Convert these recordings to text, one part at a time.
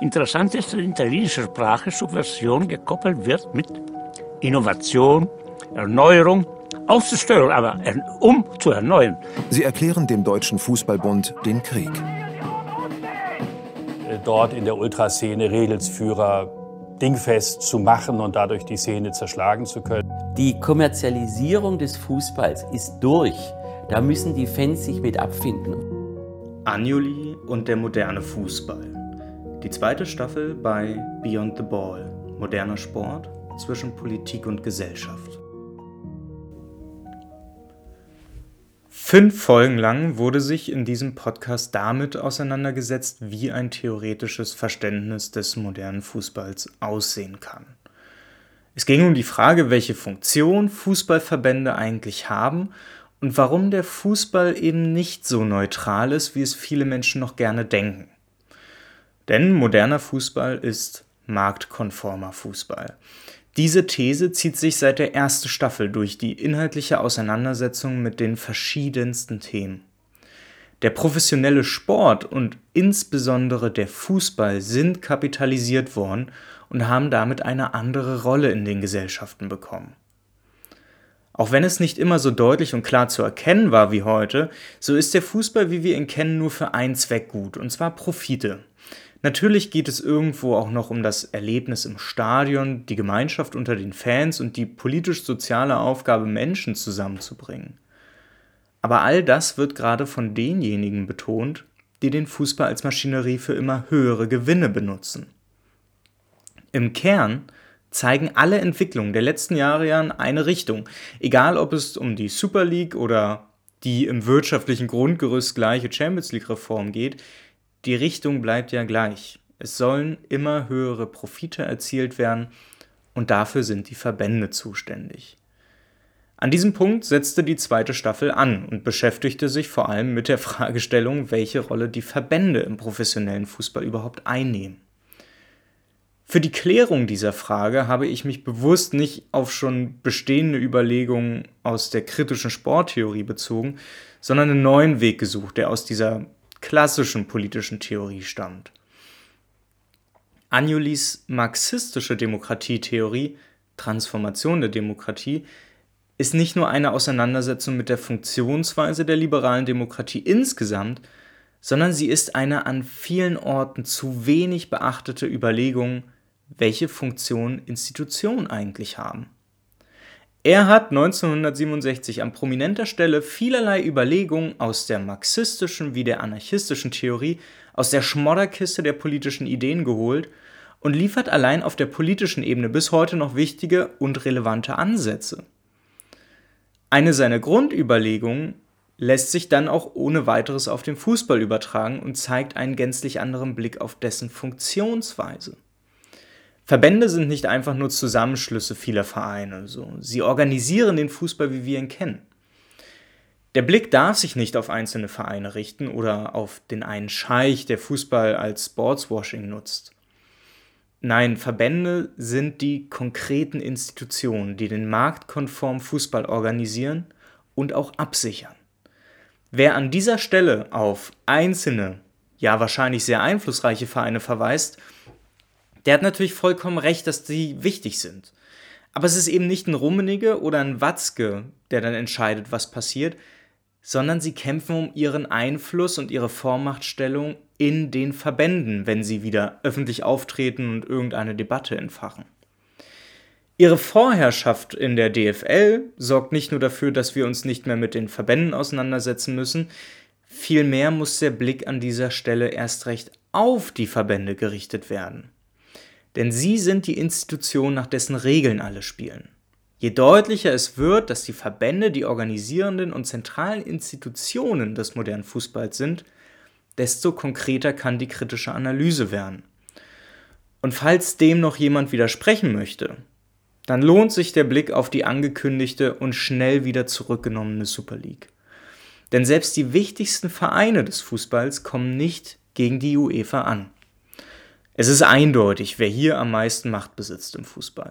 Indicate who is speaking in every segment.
Speaker 1: Interessant ist, dass die italienische Sprache Subversion gekoppelt wird mit Innovation, Erneuerung, auszustören, aber um zu erneuern.
Speaker 2: Sie erklären dem Deutschen Fußballbund den Krieg.
Speaker 3: Dort in der Ultraszene Regelsführer dingfest zu machen und dadurch die Szene zerschlagen zu können.
Speaker 4: Die Kommerzialisierung des Fußballs ist durch. Da müssen die Fans sich mit abfinden.
Speaker 5: Agnoli und der moderne Fußball. Die zweite Staffel bei Beyond the Ball. Moderner Sport zwischen Politik und Gesellschaft. 5 Folgen lang wurde sich in diesem Podcast damit auseinandergesetzt, wie ein theoretisches Verständnis des modernen Fußballs aussehen kann. Es ging um die Frage, welche Funktion Fußballverbände eigentlich haben und warum der Fußball eben nicht so neutral ist, wie es viele Menschen noch gerne denken. Denn moderner Fußball ist marktkonformer Fußball. Diese These zieht sich seit der ersten Staffel durch die inhaltliche Auseinandersetzung mit den verschiedensten Themen. Der professionelle Sport und insbesondere der Fußball sind kapitalisiert worden und haben damit eine andere Rolle in den Gesellschaften bekommen. Auch wenn es nicht immer so deutlich und klar zu erkennen war wie heute, so ist der Fußball, wie wir ihn kennen, nur für einen Zweck gut, und zwar Profite. Natürlich geht es irgendwo auch noch um das Erlebnis im Stadion, die Gemeinschaft unter den Fans und die politisch-soziale Aufgabe, Menschen zusammenzubringen. Aber all das wird gerade von denjenigen betont, die den Fußball als Maschinerie für immer höhere Gewinne benutzen. Im Kern zeigen alle Entwicklungen der letzten Jahre ja in eine Richtung, egal ob es um die Super League oder die im wirtschaftlichen Grundgerüst gleiche Champions League-Reform geht. Die Richtung bleibt ja gleich. Es sollen immer höhere Profite erzielt werden und dafür sind die Verbände zuständig. An diesem Punkt setzte die zweite Staffel an und beschäftigte sich vor allem mit der Fragestellung, welche Rolle die Verbände im professionellen Fußball überhaupt einnehmen. Für die Klärung dieser Frage habe ich mich bewusst nicht auf schon bestehende Überlegungen aus der kritischen Sporttheorie bezogen, sondern einen neuen Weg gesucht, der aus dieser klassischen politischen Theorie stammt. Agnolis marxistische Demokratietheorie, Transformation der Demokratie, ist nicht nur eine Auseinandersetzung mit der Funktionsweise der liberalen Demokratie insgesamt, sondern sie ist eine an vielen Orten zu wenig beachtete Überlegung, welche Funktion Institutionen eigentlich haben. Er hat 1967 an prominenter Stelle vielerlei Überlegungen aus der marxistischen wie der anarchistischen Theorie aus der Schmodderkiste der politischen Ideen geholt und liefert allein auf der politischen Ebene bis heute noch wichtige und relevante Ansätze. Eine seiner Grundüberlegungen lässt sich dann auch ohne weiteres auf den Fußball übertragen und zeigt einen gänzlich anderen Blick auf dessen Funktionsweise. Verbände sind nicht einfach nur Zusammenschlüsse vieler Vereine. Sie organisieren den Fußball, wie wir ihn kennen. Der Blick darf sich nicht auf einzelne Vereine richten oder auf den einen Scheich, der Fußball als Sportswashing nutzt. Nein, Verbände sind die konkreten Institutionen, die den marktkonformen Fußball organisieren und auch absichern. Wer an dieser Stelle auf einzelne, ja wahrscheinlich sehr einflussreiche Vereine verweist, der hat natürlich vollkommen recht, dass die wichtig sind. Aber es ist eben nicht ein Rummenigge oder ein Watzke, der dann entscheidet, was passiert, sondern sie kämpfen um ihren Einfluss und ihre Vormachtstellung in den Verbänden, wenn sie wieder öffentlich auftreten und irgendeine Debatte entfachen. Ihre Vorherrschaft in der DFL sorgt nicht nur dafür, dass wir uns nicht mehr mit den Verbänden auseinandersetzen müssen, vielmehr muss der Blick an dieser Stelle erst recht auf die Verbände gerichtet werden. Denn sie sind die Institution, nach dessen Regeln alle spielen. Je deutlicher es wird, dass die Verbände die organisierenden und zentralen Institutionen des modernen Fußballs sind, desto konkreter kann die kritische Analyse werden. Und falls dem noch jemand widersprechen möchte, dann lohnt sich der Blick auf die angekündigte und schnell wieder zurückgenommene Super League. Denn selbst die wichtigsten Vereine des Fußballs kommen nicht gegen die UEFA an. Es ist eindeutig, wer hier am meisten Macht besitzt im Fußball.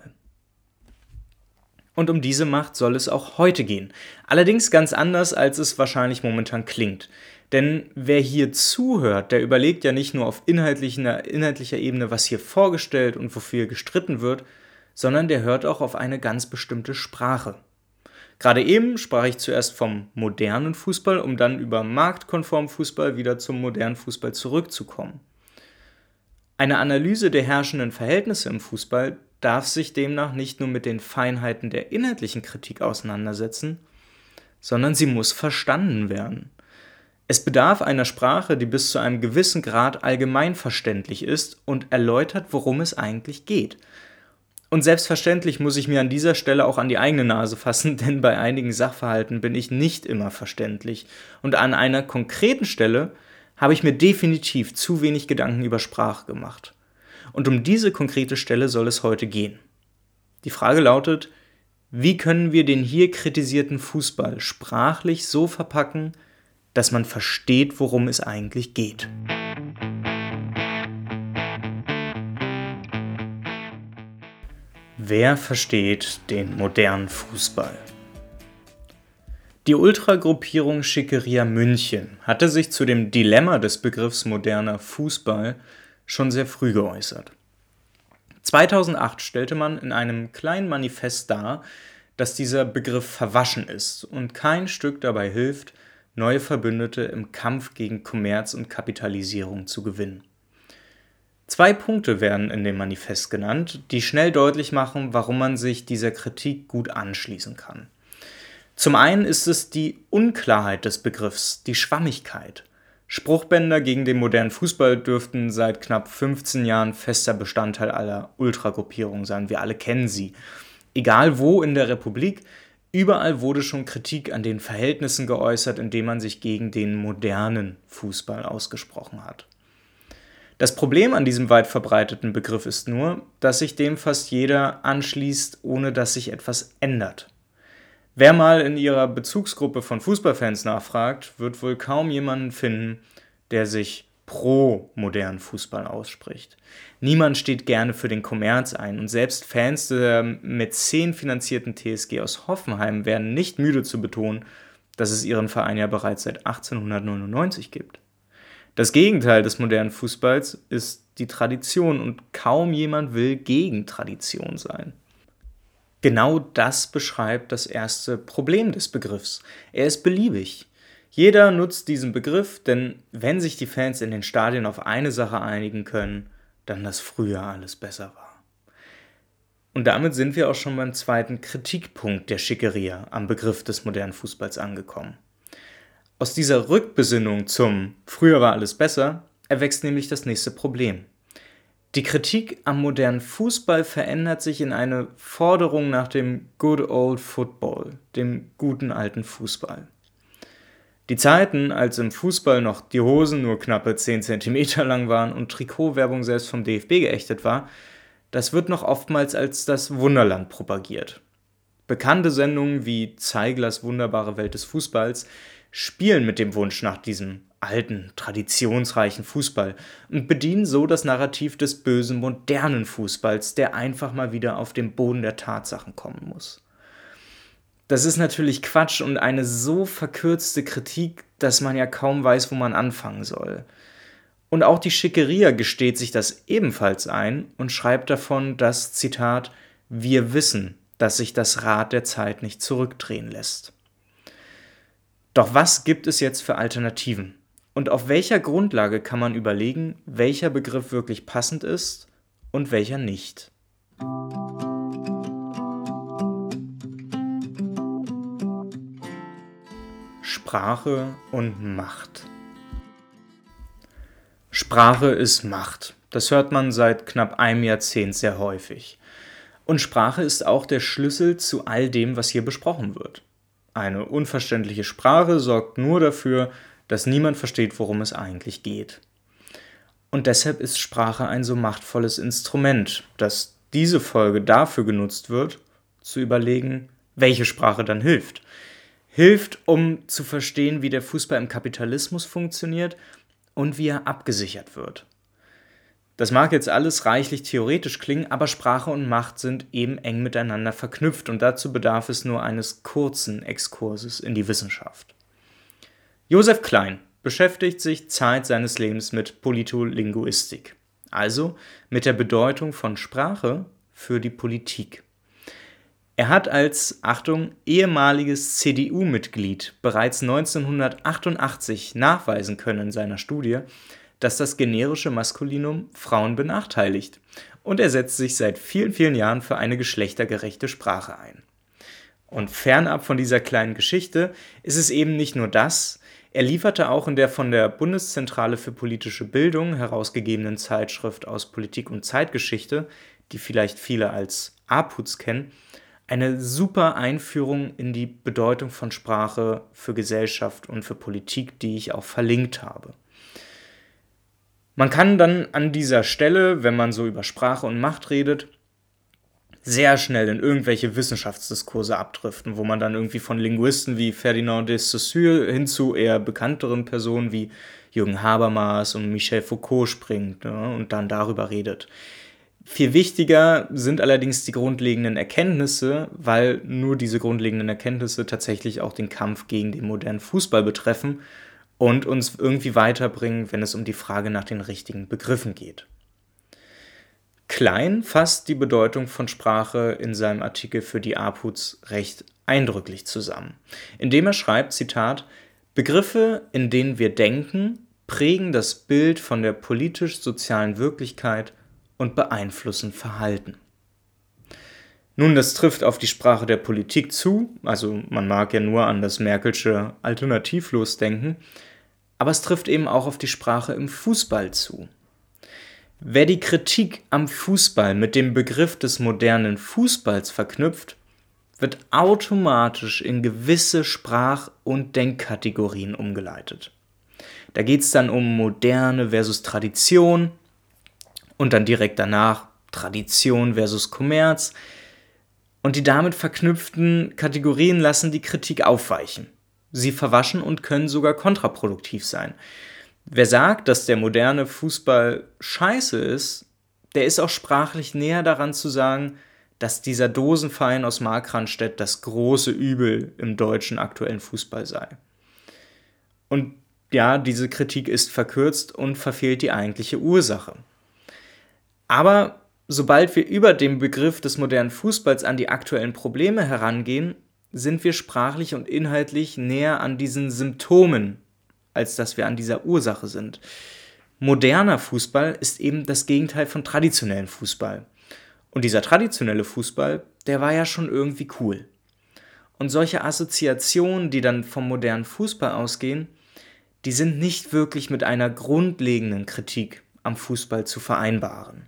Speaker 5: Und um diese Macht soll es auch heute gehen. Allerdings ganz anders, als es wahrscheinlich momentan klingt. Denn wer hier zuhört, der überlegt ja nicht nur auf inhaltlicher Ebene, was hier vorgestellt und wofür gestritten wird, sondern der hört auch auf eine ganz bestimmte Sprache. Gerade eben sprach ich zuerst vom modernen Fußball, um dann über marktkonformen Fußball wieder zum modernen Fußball zurückzukommen. Eine Analyse der herrschenden Verhältnisse im Fußball darf sich demnach nicht nur mit den Feinheiten der inhaltlichen Kritik auseinandersetzen, sondern sie muss verstanden werden. Es bedarf einer Sprache, die bis zu einem gewissen Grad allgemeinverständlich ist und erläutert, worum es eigentlich geht. Und selbstverständlich muss ich mir an dieser Stelle auch an die eigene Nase fassen, denn bei einigen Sachverhalten bin ich nicht immer verständlich. Und an einer konkreten Stelle habe ich mir definitiv zu wenig Gedanken über Sprache gemacht. Und um diese konkrete Stelle soll es heute gehen. Die Frage lautet, wie können wir den hier kritisierten Fußball sprachlich so verpacken, dass man versteht, worum es eigentlich geht? Wer versteht den modernen Fußball? Die Ultragruppierung Schickeria München hatte sich zu dem Dilemma des Begriffs moderner Fußball schon sehr früh geäußert. 2008 stellte man in einem kleinen Manifest dar, dass dieser Begriff verwaschen ist und kein Stück dabei hilft, neue Verbündete im Kampf gegen Kommerz und Kapitalisierung zu gewinnen. 2 Punkte werden in dem Manifest genannt, die schnell deutlich machen, warum man sich dieser Kritik gut anschließen kann. Zum einen ist es die Unklarheit des Begriffs, die Schwammigkeit. Spruchbänder gegen den modernen Fußball dürften seit knapp 15 Jahren fester Bestandteil aller Ultragruppierungen sein. Wir alle kennen sie. Egal wo in der Republik, überall wurde schon Kritik an den Verhältnissen geäußert, indem man sich gegen den modernen Fußball ausgesprochen hat. Das Problem an diesem weit verbreiteten Begriff ist nur, dass sich dem fast jeder anschließt, ohne dass sich etwas ändert. Wer mal in ihrer Bezugsgruppe von Fußballfans nachfragt, wird wohl kaum jemanden finden, der sich pro modernen Fußball ausspricht. Niemand steht gerne für den Kommerz ein und selbst Fans der Mäzen finanzierten TSG aus Hoffenheim werden nicht müde zu betonen, dass es ihren Verein ja bereits seit 1899 gibt. Das Gegenteil des modernen Fußballs ist die Tradition und kaum jemand will gegen Tradition sein. Genau das beschreibt das erste Problem des Begriffs. Er ist beliebig. Jeder nutzt diesen Begriff, denn wenn sich die Fans in den Stadien auf eine Sache einigen können, dann dass früher alles besser war. Und damit sind wir auch schon beim zweiten Kritikpunkt der Schickeria am Begriff des modernen Fußballs angekommen. Aus dieser Rückbesinnung zum Früher war alles besser erwächst nämlich das nächste Problem. Die Kritik am modernen Fußball verändert sich in eine Forderung nach dem Good Old Football, dem guten alten Fußball. Die Zeiten, als im Fußball noch die Hosen nur knappe 10 cm lang waren und Trikotwerbung selbst vom DFB geächtet war, das wird noch oftmals als das Wunderland propagiert. Bekannte Sendungen wie Zeiglers wunderbare Welt des Fußballs spielen mit dem Wunsch nach diesem alten, traditionsreichen Fußball und bedienen so das Narrativ des bösen, modernen Fußballs, der einfach mal wieder auf den Boden der Tatsachen kommen muss. Das ist natürlich Quatsch und eine so verkürzte Kritik, dass man ja kaum weiß, wo man anfangen soll. Und auch die Schickeria gesteht sich das ebenfalls ein und schreibt davon, dass, Zitat, wir wissen, dass sich das Rad der Zeit nicht zurückdrehen lässt. Doch was gibt es jetzt für Alternativen? Und auf welcher Grundlage kann man überlegen, welcher Begriff wirklich passend ist und welcher nicht? Sprache und Macht. Sprache ist Macht. Das hört man seit knapp einem Jahrzehnt sehr häufig. Und Sprache ist auch der Schlüssel zu all dem, was hier besprochen wird. Eine unverständliche Sprache sorgt nur dafür, dass niemand versteht, worum es eigentlich geht. Und deshalb ist Sprache ein so machtvolles Instrument, dass diese Folge dafür genutzt wird, zu überlegen, welche Sprache dann hilft. Hilft, um zu verstehen, wie der Fußball im Kapitalismus funktioniert und wie er abgesichert wird. Das mag jetzt alles reichlich theoretisch klingen, aber Sprache und Macht sind eben eng miteinander verknüpft und dazu bedarf es nur eines kurzen Exkurses in die Wissenschaft. Joseph Klein, beschäftigt sich Zeit seines Lebens mit Politolinguistik, also mit der Bedeutung von Sprache für die Politik. Er hat als, Achtung, ehemaliges CDU-Mitglied bereits 1988 nachweisen können in seiner Studie, dass das generische Maskulinum Frauen benachteiligt, und er setzt sich seit vielen, vielen Jahren für eine geschlechtergerechte Sprache ein. Und fernab von dieser kleinen Geschichte ist es eben nicht nur das, er lieferte auch in der von der Bundeszentrale für politische Bildung herausgegebenen Zeitschrift aus Politik und Zeitgeschichte, die vielleicht viele als APUZ kennen, eine super Einführung in die Bedeutung von Sprache für Gesellschaft und für Politik, die ich auch verlinkt habe. Man kann dann an dieser Stelle, wenn man so über Sprache und Macht redet, sehr schnell in irgendwelche Wissenschaftsdiskurse abdriften, wo man dann irgendwie von Linguisten wie Ferdinand de Saussure hin zu eher bekannteren Personen wie Jürgen Habermas und Michel Foucault springt, ne, und dann darüber redet. Viel wichtiger sind allerdings die grundlegenden Erkenntnisse, weil nur diese grundlegenden Erkenntnisse tatsächlich auch den Kampf gegen den modernen Fußball betreffen und uns irgendwie weiterbringen, wenn es um die Frage nach den richtigen Begriffen geht. Klein fasst die Bedeutung von Sprache in seinem Artikel für die APUZ recht eindrücklich zusammen, indem er schreibt, Zitat, Begriffe, in denen wir denken, prägen das Bild von der politisch-sozialen Wirklichkeit und beeinflussen Verhalten. Nun, das trifft auf die Sprache der Politik zu, also man mag ja nur an das Merkelsche Alternativlos denken, aber es trifft eben auch auf die Sprache im Fußball zu. Wer die Kritik am Fußball mit dem Begriff des modernen Fußballs verknüpft, wird automatisch in gewisse Sprach- und Denkkategorien umgeleitet. Da geht es dann um Moderne versus Tradition und dann direkt danach Tradition versus Kommerz. Und die damit verknüpften Kategorien lassen die Kritik aufweichen. Sie verwaschen und können sogar kontraproduktiv sein. Wer sagt, dass der moderne Fußball scheiße ist, der ist auch sprachlich näher daran zu sagen, dass dieser Dosenverein aus Markranstädt das große Übel im deutschen aktuellen Fußball sei. Und ja, diese Kritik ist verkürzt und verfehlt die eigentliche Ursache. Aber sobald wir über den Begriff des modernen Fußballs an die aktuellen Probleme herangehen, sind wir sprachlich und inhaltlich näher an diesen Symptomen, als dass wir an dieser Ursache sind. Moderner Fußball ist eben das Gegenteil von traditionellem Fußball. Und dieser traditionelle Fußball, der war ja schon irgendwie cool. Und solche Assoziationen, die dann vom modernen Fußball ausgehen, die sind nicht wirklich mit einer grundlegenden Kritik am Fußball zu vereinbaren.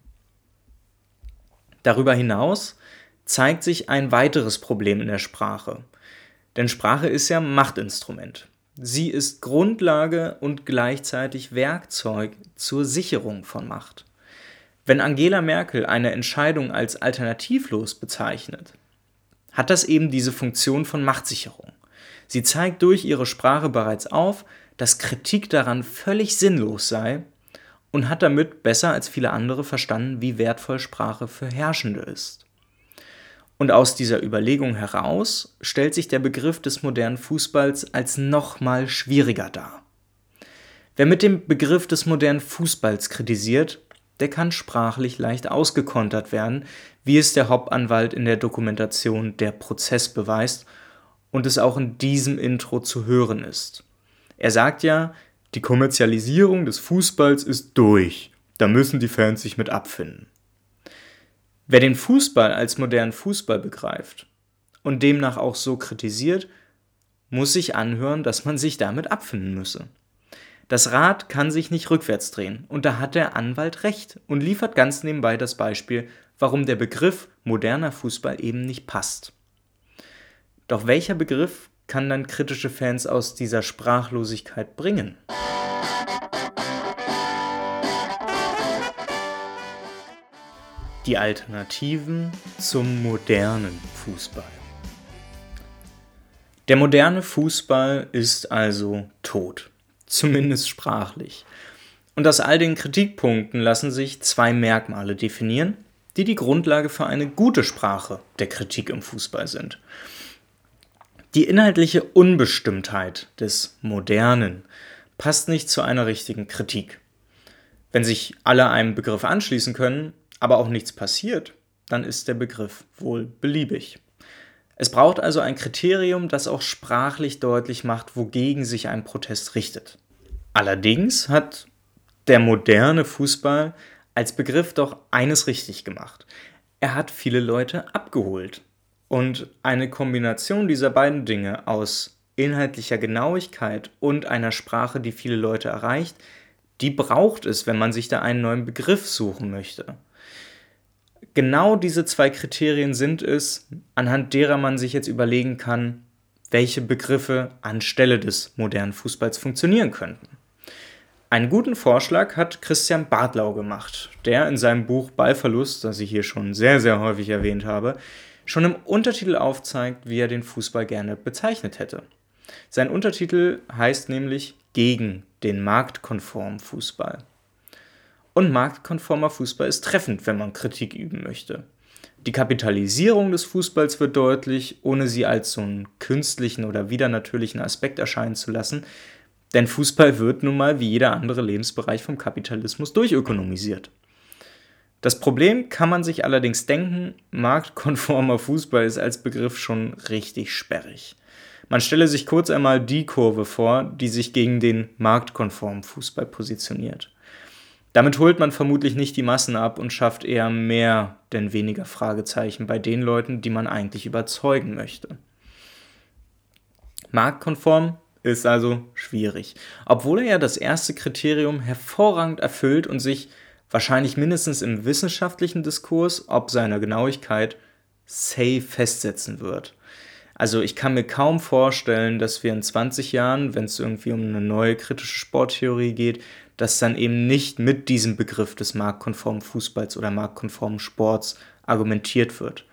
Speaker 5: Darüber hinaus zeigt sich ein weiteres Problem in der Sprache. Denn Sprache ist ja Machtinstrument. Sie ist Grundlage und gleichzeitig Werkzeug zur Sicherung von Macht. Wenn Angela Merkel eine Entscheidung als alternativlos bezeichnet, hat das eben diese Funktion von Machtsicherung. Sie zeigt durch ihre Sprache bereits auf, dass Kritik daran völlig sinnlos sei und hat damit besser als viele andere verstanden, wie wertvoll Sprache für Herrschende ist. Und aus dieser Überlegung heraus stellt sich der Begriff des modernen Fußballs als nochmal schwieriger dar. Wer mit dem Begriff des modernen Fußballs kritisiert, der kann sprachlich leicht ausgekontert werden, wie es der Hauptanwalt in der Dokumentation Der Prozess beweist und es auch in diesem Intro zu hören ist. Er sagt ja, die Kommerzialisierung des Fußballs ist durch, da müssen die Fans sich mit abfinden. Wer den Fußball als modernen Fußball begreift und demnach auch so kritisiert, muss sich anhören, dass man sich damit abfinden müsse. Das Rad kann sich nicht rückwärts drehen und da hat der Anwalt recht und liefert ganz nebenbei das Beispiel, warum der Begriff moderner Fußball eben nicht passt. Doch welcher Begriff kann dann kritische Fans aus dieser Sprachlosigkeit bringen? Die Alternativen zum modernen Fußball. Der moderne Fußball ist also tot, zumindest sprachlich. Und aus all den Kritikpunkten lassen sich zwei Merkmale definieren, die die Grundlage für eine gute Sprache der Kritik im Fußball sind. Die inhaltliche Unbestimmtheit des Modernen passt nicht zu einer richtigen Kritik. Wenn sich alle einem Begriff anschließen können, aber auch nichts passiert, dann ist der Begriff wohl beliebig. Es braucht also ein Kriterium, das auch sprachlich deutlich macht, wogegen sich ein Protest richtet. Allerdings hat der moderne Fußball als Begriff doch eines richtig gemacht. Er hat viele Leute abgeholt. Und eine Kombination dieser beiden Dinge aus inhaltlicher Genauigkeit und einer Sprache, die viele Leute erreicht, die braucht es, wenn man sich da einen neuen Begriff suchen möchte. Genau diese zwei Kriterien sind es, anhand derer man sich jetzt überlegen kann, welche Begriffe anstelle des modernen Fußballs funktionieren könnten. Einen guten Vorschlag hat Christian Bartlau gemacht, der in seinem Buch Ballverlust, das ich hier schon sehr, sehr häufig erwähnt habe, schon im Untertitel aufzeigt, wie er den Fußball gerne bezeichnet hätte. Sein Untertitel heißt nämlich Gegen den marktkonformen Fußball. Und marktkonformer Fußball ist treffend, wenn man Kritik üben möchte. Die Kapitalisierung des Fußballs wird deutlich, ohne sie als so einen künstlichen oder widernatürlichen Aspekt erscheinen zu lassen, denn Fußball wird nun mal wie jeder andere Lebensbereich vom Kapitalismus durchökonomisiert. Das Problem kann man sich allerdings denken, marktkonformer Fußball ist als Begriff schon richtig sperrig. Man stelle sich kurz einmal die Kurve vor, die sich gegen den marktkonformen Fußball positioniert. Damit holt man vermutlich nicht die Massen ab und schafft eher mehr denn weniger Fragezeichen bei den Leuten, die man eigentlich überzeugen möchte. Marktkonform ist also schwierig, obwohl er ja das erste Kriterium hervorragend erfüllt und sich wahrscheinlich mindestens im wissenschaftlichen Diskurs ob seiner Genauigkeit safe festsetzen wird. Also ich kann mir kaum vorstellen, dass wir in 20 Jahren, wenn es irgendwie um eine neue kritische Sporttheorie geht, dass dann eben nicht mit diesem Begriff des marktkonformen Fußballs oder marktkonformen Sports argumentiert wird.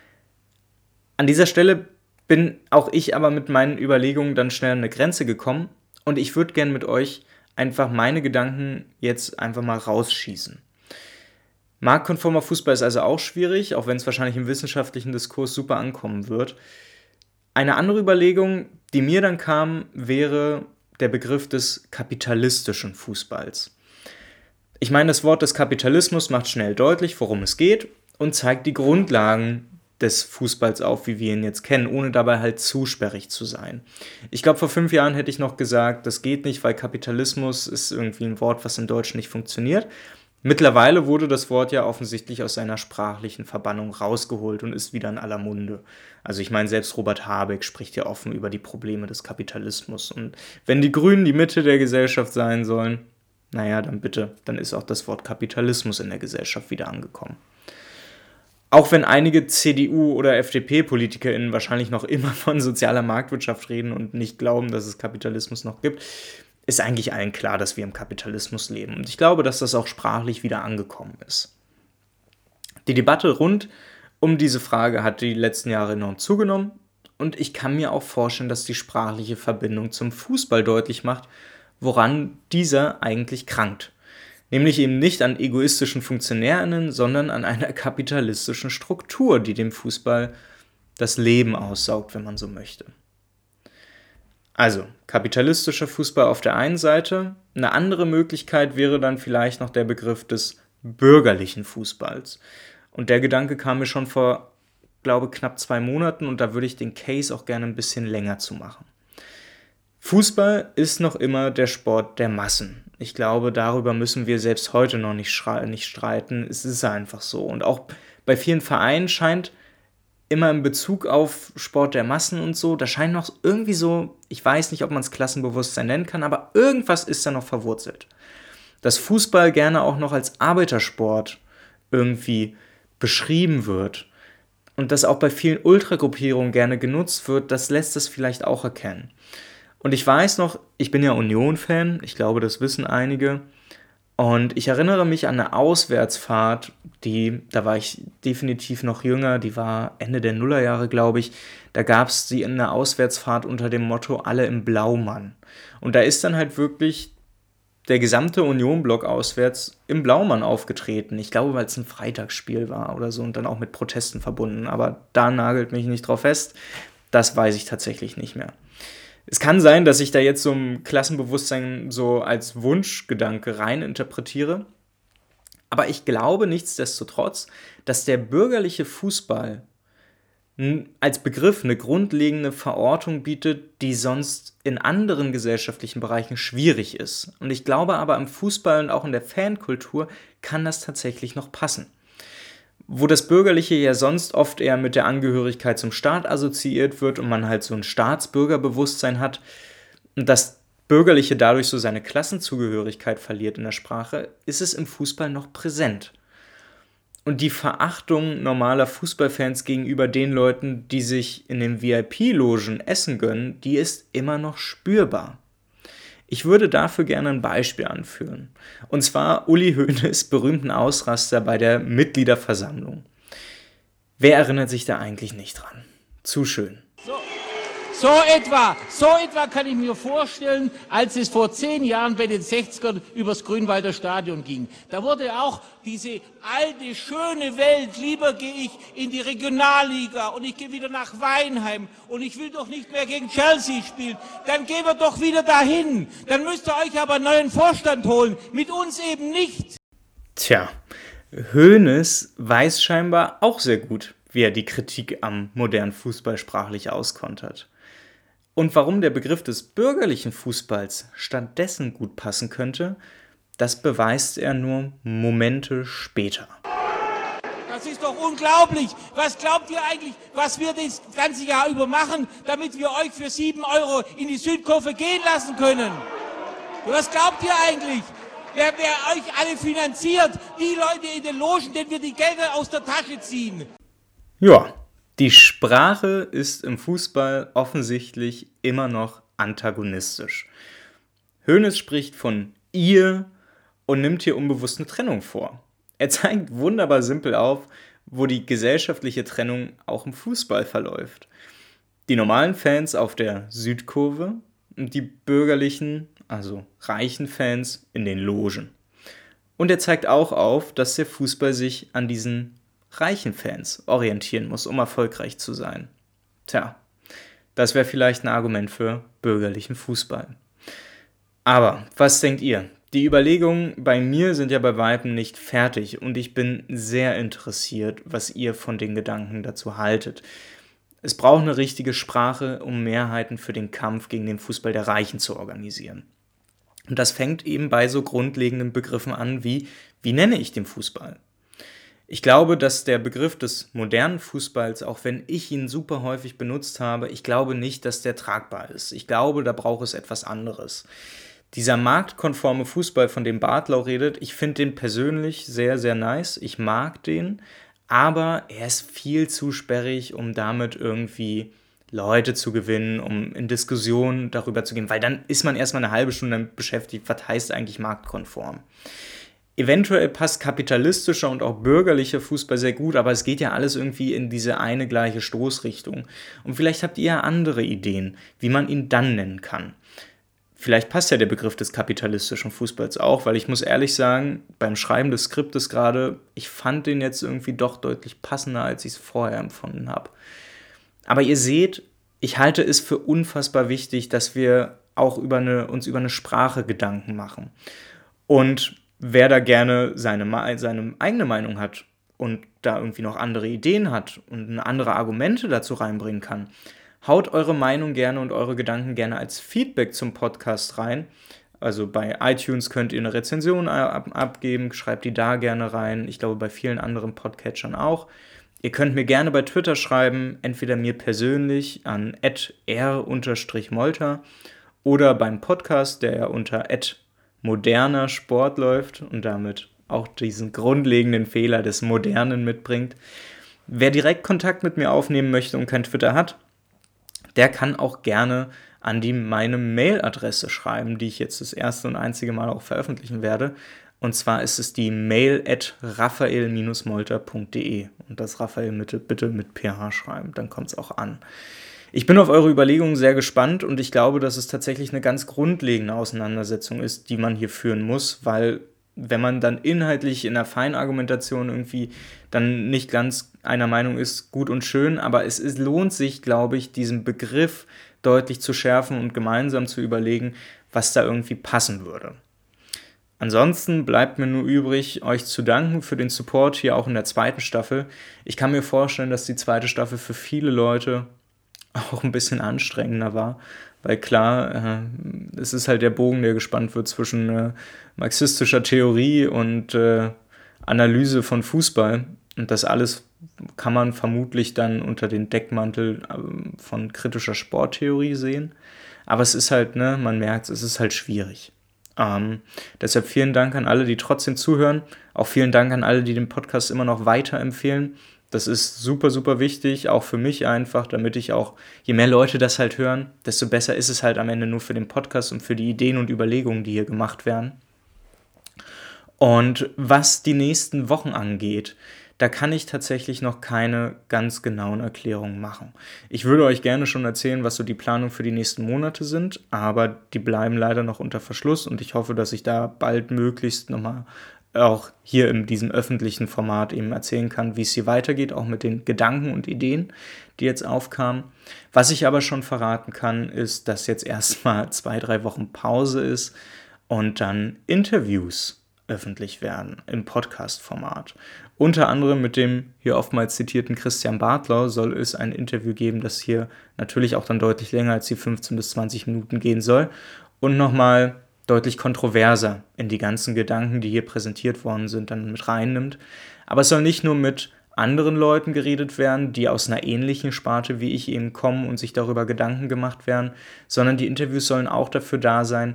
Speaker 5: An dieser Stelle bin auch ich aber mit meinen Überlegungen dann schnell an eine Grenze gekommen und ich würde gerne mit euch einfach meine Gedanken jetzt einfach mal rausschießen. Marktkonformer Fußball ist also auch schwierig, auch wenn es wahrscheinlich im wissenschaftlichen Diskurs super ankommen wird. Eine andere Überlegung, die mir dann kam, wäre der Begriff des kapitalistischen Fußballs. Ich meine, das Wort des Kapitalismus macht schnell deutlich, worum es geht und zeigt die Grundlagen des Fußballs auf, wie wir ihn jetzt kennen, ohne dabei halt zu sperrig zu sein. Ich glaube, vor 5 Jahren hätte ich noch gesagt, das geht nicht, weil Kapitalismus ist irgendwie ein Wort, was im Deutschen nicht funktioniert. Mittlerweile wurde das Wort ja offensichtlich aus seiner sprachlichen Verbannung rausgeholt und ist wieder in aller Munde. Also ich meine, selbst Robert Habeck spricht ja offen über die Probleme des Kapitalismus. Und wenn die Grünen die Mitte der Gesellschaft sein sollen, naja, dann bitte, dann ist auch das Wort Kapitalismus in der Gesellschaft wieder angekommen. Auch wenn einige CDU- oder FDP-PolitikerInnen wahrscheinlich noch immer von sozialer Marktwirtschaft reden und nicht glauben, dass es Kapitalismus noch gibt, ist eigentlich allen klar, dass wir im Kapitalismus leben. Und ich glaube, dass das auch sprachlich wieder angekommen ist. Die Debatte rund um diese Frage hat die letzten Jahre enorm zugenommen. Und ich kann mir auch vorstellen, dass die sprachliche Verbindung zum Fußball deutlich macht, woran dieser eigentlich krankt. Nämlich eben nicht an egoistischen FunktionärInnen, sondern an einer kapitalistischen Struktur, die dem Fußball das Leben aussaugt, wenn man so möchte. Also, kapitalistischer Fußball auf der einen Seite. Eine andere Möglichkeit wäre dann vielleicht noch der Begriff des bürgerlichen Fußballs. Und der Gedanke kam mir schon vor, glaube ich, knapp 2 Monaten und da würde ich den Case auch gerne ein bisschen länger zu machen. Fußball ist noch immer der Sport der Massen. Ich glaube, darüber müssen wir selbst heute noch nicht streiten. Es ist einfach so. Und auch bei vielen Vereinen scheint immer in Bezug auf Sport der Massen und so, da scheint noch irgendwie so, ich weiß nicht, ob man es Klassenbewusstsein nennen kann, aber irgendwas ist da noch verwurzelt. Dass Fußball gerne auch noch als Arbeitersport irgendwie beschrieben wird und das auch bei vielen Ultragruppierungen gerne genutzt wird, das lässt es vielleicht auch erkennen. Und ich weiß noch, ich bin ja Union-Fan, ich glaube, das wissen einige. Und ich erinnere mich an eine Auswärtsfahrt, da war ich definitiv noch jünger, die war Ende der Nullerjahre, glaube ich. Da gab es eine Auswärtsfahrt unter dem Motto Alle im Blaumann. Und da ist dann halt wirklich der gesamte Union-Block auswärts im Blaumann aufgetreten. Ich glaube, weil es ein Freitagsspiel war oder so und dann auch mit Protesten verbunden. Aber da nagelt mich nicht drauf fest, das weiß ich tatsächlich nicht mehr. Es kann sein, dass ich da jetzt so ein Klassenbewusstsein so als Wunschgedanke rein interpretiere, aber ich glaube nichtsdestotrotz, dass der bürgerliche Fußball als Begriff eine grundlegende Verortung bietet, die sonst in anderen gesellschaftlichen Bereichen schwierig ist. Und ich glaube aber, am Fußball und auch in der Fankultur kann das tatsächlich noch passen. Wo das Bürgerliche ja sonst oft eher mit der Angehörigkeit zum Staat assoziiert wird und man halt so ein Staatsbürgerbewusstsein hat und das Bürgerliche dadurch so seine Klassenzugehörigkeit verliert in der Sprache, ist es im Fußball noch präsent. Und die Verachtung normaler Fußballfans gegenüber den Leuten, die sich in den VIP-Logen Essen gönnen, die ist immer noch spürbar. Ich würde dafür gerne ein Beispiel anführen. Und zwar Uli Hoeneß' berühmten Ausraster bei der Mitgliederversammlung. Wer erinnert sich da eigentlich nicht dran? Zu schön.
Speaker 6: So etwa kann ich mir vorstellen, als es vor 10 Jahren bei den 60ern übers Grünwalder Stadion ging. Da wurde auch diese alte, schöne Welt, lieber gehe ich in die Regionalliga und ich gehe wieder nach Weinheim und ich will doch nicht mehr gegen Chelsea spielen. Dann gehen wir doch wieder dahin. Dann müsst ihr euch aber einen neuen Vorstand holen. Mit uns eben nicht.
Speaker 5: Tja, Hoeneß weiß scheinbar auch sehr gut, wie er die Kritik am modernen Fußball sprachlich auskontert. Und warum der Begriff des bürgerlichen Fußballs stattdessen gut passen könnte, das beweist er nur Momente später.
Speaker 6: Das ist doch unglaublich. Was glaubt ihr eigentlich, was wir das ganze Jahr über machen, damit wir euch für 7 € in die Südkurve gehen lassen können? Was glaubt ihr eigentlich? Wer euch alle finanziert? Die Leute in den Logen, denen wir die Gelder aus der Tasche ziehen.
Speaker 5: Ja, die Sprache ist im Fußball offensichtlich immer noch antagonistisch. Hoeneß spricht von ihr und nimmt hier unbewusst eine Trennung vor. Er zeigt wunderbar simpel auf, wo die gesellschaftliche Trennung auch im Fußball verläuft. Die normalen Fans auf der Südkurve und die bürgerlichen, also reichen Fans in den Logen. Und er zeigt auch auf, dass der Fußball sich an diesen reichen Fans orientieren muss, um erfolgreich zu sein. Tja, das wäre vielleicht ein Argument für bürgerlichen Fußball. Aber was denkt ihr? Die Überlegungen bei mir sind ja bei Weitem nicht fertig und ich bin sehr interessiert, was ihr von den Gedanken dazu haltet. Es braucht eine richtige Sprache, um Mehrheiten für den Kampf gegen den Fußball der Reichen zu organisieren. Und das fängt eben bei so grundlegenden Begriffen an wie nenne ich den Fußball? Ich glaube, dass der Begriff des modernen Fußballs, auch wenn ich ihn super häufig benutzt habe, ich glaube nicht, dass der tragbar ist. Ich glaube, da braucht es etwas anderes. Dieser marktkonforme Fußball, von dem Bartlau redet, ich finde den persönlich sehr, sehr nice. Ich mag den, aber er ist viel zu sperrig, um damit irgendwie Leute zu gewinnen, um in Diskussionen darüber zu gehen, weil dann ist man erstmal eine halbe Stunde damit beschäftigt, was heißt eigentlich marktkonform. Eventuell passt kapitalistischer und auch bürgerlicher Fußball sehr gut, aber es geht ja alles irgendwie in diese eine gleiche Stoßrichtung. Und vielleicht habt ihr ja andere Ideen, wie man ihn dann nennen kann. Vielleicht passt ja der Begriff des kapitalistischen Fußballs auch, weil ich muss ehrlich sagen, beim Schreiben des Skriptes gerade, ich fand den jetzt irgendwie doch deutlich passender, als ich es vorher empfunden habe. Aber ihr seht, ich halte es für unfassbar wichtig, dass wir auch uns über eine Sprache Gedanken machen. Und wer da gerne seine eigene Meinung hat und da irgendwie noch andere Ideen hat und andere Argumente dazu reinbringen kann, haut eure Meinung gerne und eure Gedanken gerne als Feedback zum Podcast rein. Also bei iTunes könnt ihr eine Rezension abgeben, schreibt die da gerne rein. Ich glaube, bei vielen anderen Podcatchern auch. Ihr könnt mir gerne bei Twitter schreiben, entweder mir persönlich an @r_molter oder beim Podcast, der ja unter @moderner Sport läuft und damit auch diesen grundlegenden Fehler des Modernen mitbringt. Wer direkt Kontakt mit mir aufnehmen möchte und kein Twitter hat, der kann auch gerne an meine Mailadresse schreiben, die ich jetzt das erste und einzige Mal auch veröffentlichen werde. Und zwar ist es die mail@raphael-molter.de und das Raphael bitte mit PH schreiben, dann kommt es auch an. Ich bin auf eure Überlegungen sehr gespannt und ich glaube, dass es tatsächlich eine ganz grundlegende Auseinandersetzung ist, die man hier führen muss, weil wenn man dann inhaltlich in der Feinargumentation irgendwie dann nicht ganz einer Meinung ist, gut und schön, aber es lohnt sich, glaube ich, diesen Begriff deutlich zu schärfen und gemeinsam zu überlegen, was da irgendwie passen würde. Ansonsten bleibt mir nur übrig, euch zu danken für den Support hier auch in der zweiten Staffel. Ich kann mir vorstellen, dass die zweite Staffel für viele Leute auch ein bisschen anstrengender war, weil klar, es ist halt der Bogen, der gespannt wird zwischen marxistischer Theorie und Analyse von Fußball. Und das alles kann man vermutlich dann unter den Deckmantel von kritischer Sporttheorie sehen. Aber es ist halt, man merkt, es ist halt schwierig. Deshalb vielen Dank an alle, die trotzdem zuhören. Auch vielen Dank an alle, die den Podcast immer noch weiterempfehlen. Das ist super, super wichtig, auch für mich einfach, damit ich auch, je mehr Leute das halt hören, desto besser ist es halt am Ende nur für den Podcast und für die Ideen und Überlegungen, die hier gemacht werden. Und was die nächsten Wochen angeht, da kann ich tatsächlich noch keine ganz genauen Erklärungen machen. Ich würde euch gerne schon erzählen, was so die Planungen für die nächsten Monate sind, aber die bleiben leider noch unter Verschluss und ich hoffe, dass ich da bald möglichst nochmal auch hier in diesem öffentlichen Format eben erzählen kann, wie es hier weitergeht, auch mit den Gedanken und Ideen, die jetzt aufkamen. Was ich aber schon verraten kann, ist, dass jetzt erstmal 2-3 Wochen Pause ist und dann Interviews öffentlich werden im Podcast-Format. Unter anderem mit dem hier oftmals zitierten Christian Bartler soll es ein Interview geben, das hier natürlich auch dann deutlich länger als die 15 bis 20 Minuten gehen soll und nochmal deutlich kontroverser in die ganzen Gedanken, die hier präsentiert worden sind, dann mit reinnimmt. Aber es soll nicht nur mit anderen Leuten geredet werden, die aus einer ähnlichen Sparte wie ich eben kommen und sich darüber Gedanken gemacht werden, sondern die Interviews sollen auch dafür da sein,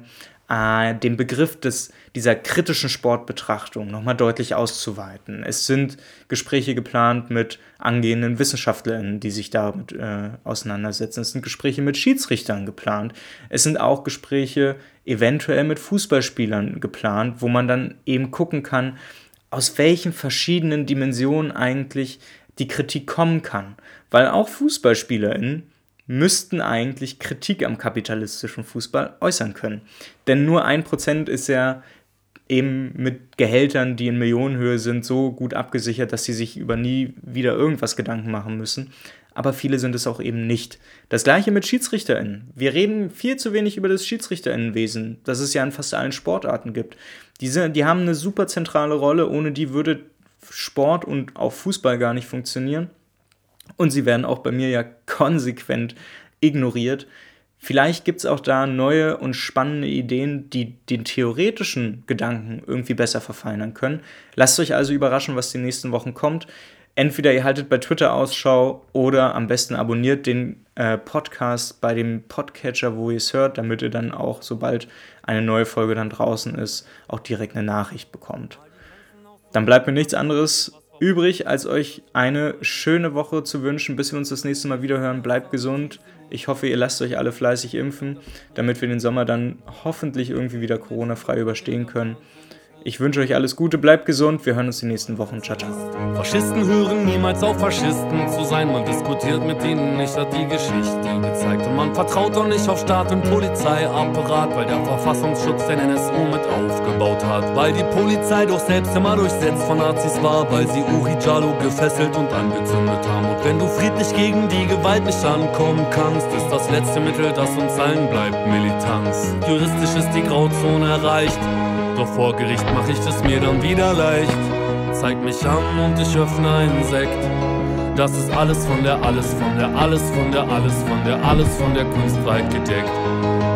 Speaker 5: den Begriff dieser kritischen Sportbetrachtung nochmal deutlich auszuweiten. Es sind Gespräche geplant mit angehenden WissenschaftlerInnen, die sich damit auseinandersetzen. Es sind Gespräche mit Schiedsrichtern geplant. Es sind auch Gespräche eventuell mit Fußballspielern geplant, wo man dann eben gucken kann, aus welchen verschiedenen Dimensionen eigentlich die Kritik kommen kann. Weil auch FußballspielerInnen müssten eigentlich Kritik am kapitalistischen Fußball äußern können. Denn nur 1% ist ja eben mit Gehältern, die in Millionenhöhe sind, so gut abgesichert, dass sie sich über nie wieder irgendwas Gedanken machen müssen. Aber viele sind es auch eben nicht. Das gleiche mit SchiedsrichterInnen. Wir reden viel zu wenig über das SchiedsrichterInnenwesen, das es ja in fast allen Sportarten gibt. Die haben eine super zentrale Rolle, ohne die würde Sport und auch Fußball gar nicht funktionieren. Und sie werden auch bei mir ja konsequent ignoriert. Vielleicht gibt es auch da neue und spannende Ideen, die den theoretischen Gedanken irgendwie besser verfeinern können. Lasst euch also überraschen, was die nächsten Wochen kommt. Entweder ihr haltet bei Twitter Ausschau oder am besten abonniert den Podcast bei dem Podcatcher, wo ihr es hört, damit ihr dann auch, sobald eine neue Folge dann draußen ist, auch direkt eine Nachricht bekommt. Dann bleibt mir nichts anderes übrig, als euch eine schöne Woche zu wünschen, bis wir uns das nächste Mal wieder hören. Bleibt gesund. Ich hoffe, ihr lasst euch alle fleißig impfen, damit wir den Sommer dann hoffentlich irgendwie wieder Corona-frei überstehen können. Ich wünsche euch alles Gute, bleibt gesund, wir hören uns die nächsten Wochen. Ciao, ciao.
Speaker 7: Faschisten hören niemals auf, Faschisten zu sein. Man diskutiert mit ihnen nicht, hat die Geschichte gezeigt. Und man vertraut auch nicht auf Staat und Polizeiapparat, weil der Verfassungsschutz den NSU mit aufgebaut hat. Weil die Polizei doch selbst immer durchsetzt von Nazis war, weil sie Uri Jallo gefesselt und angezündet haben. Und wenn du friedlich gegen die Gewalt nicht ankommen kannst, ist das letzte Mittel, das uns allen bleibt, Militanz. Juristisch ist die Grauzone erreicht, doch vor Gericht mach ich es mir dann wieder leicht. Zeig mich an und ich öffne einen Sekt. Das ist alles von der Kunst weit gedeckt.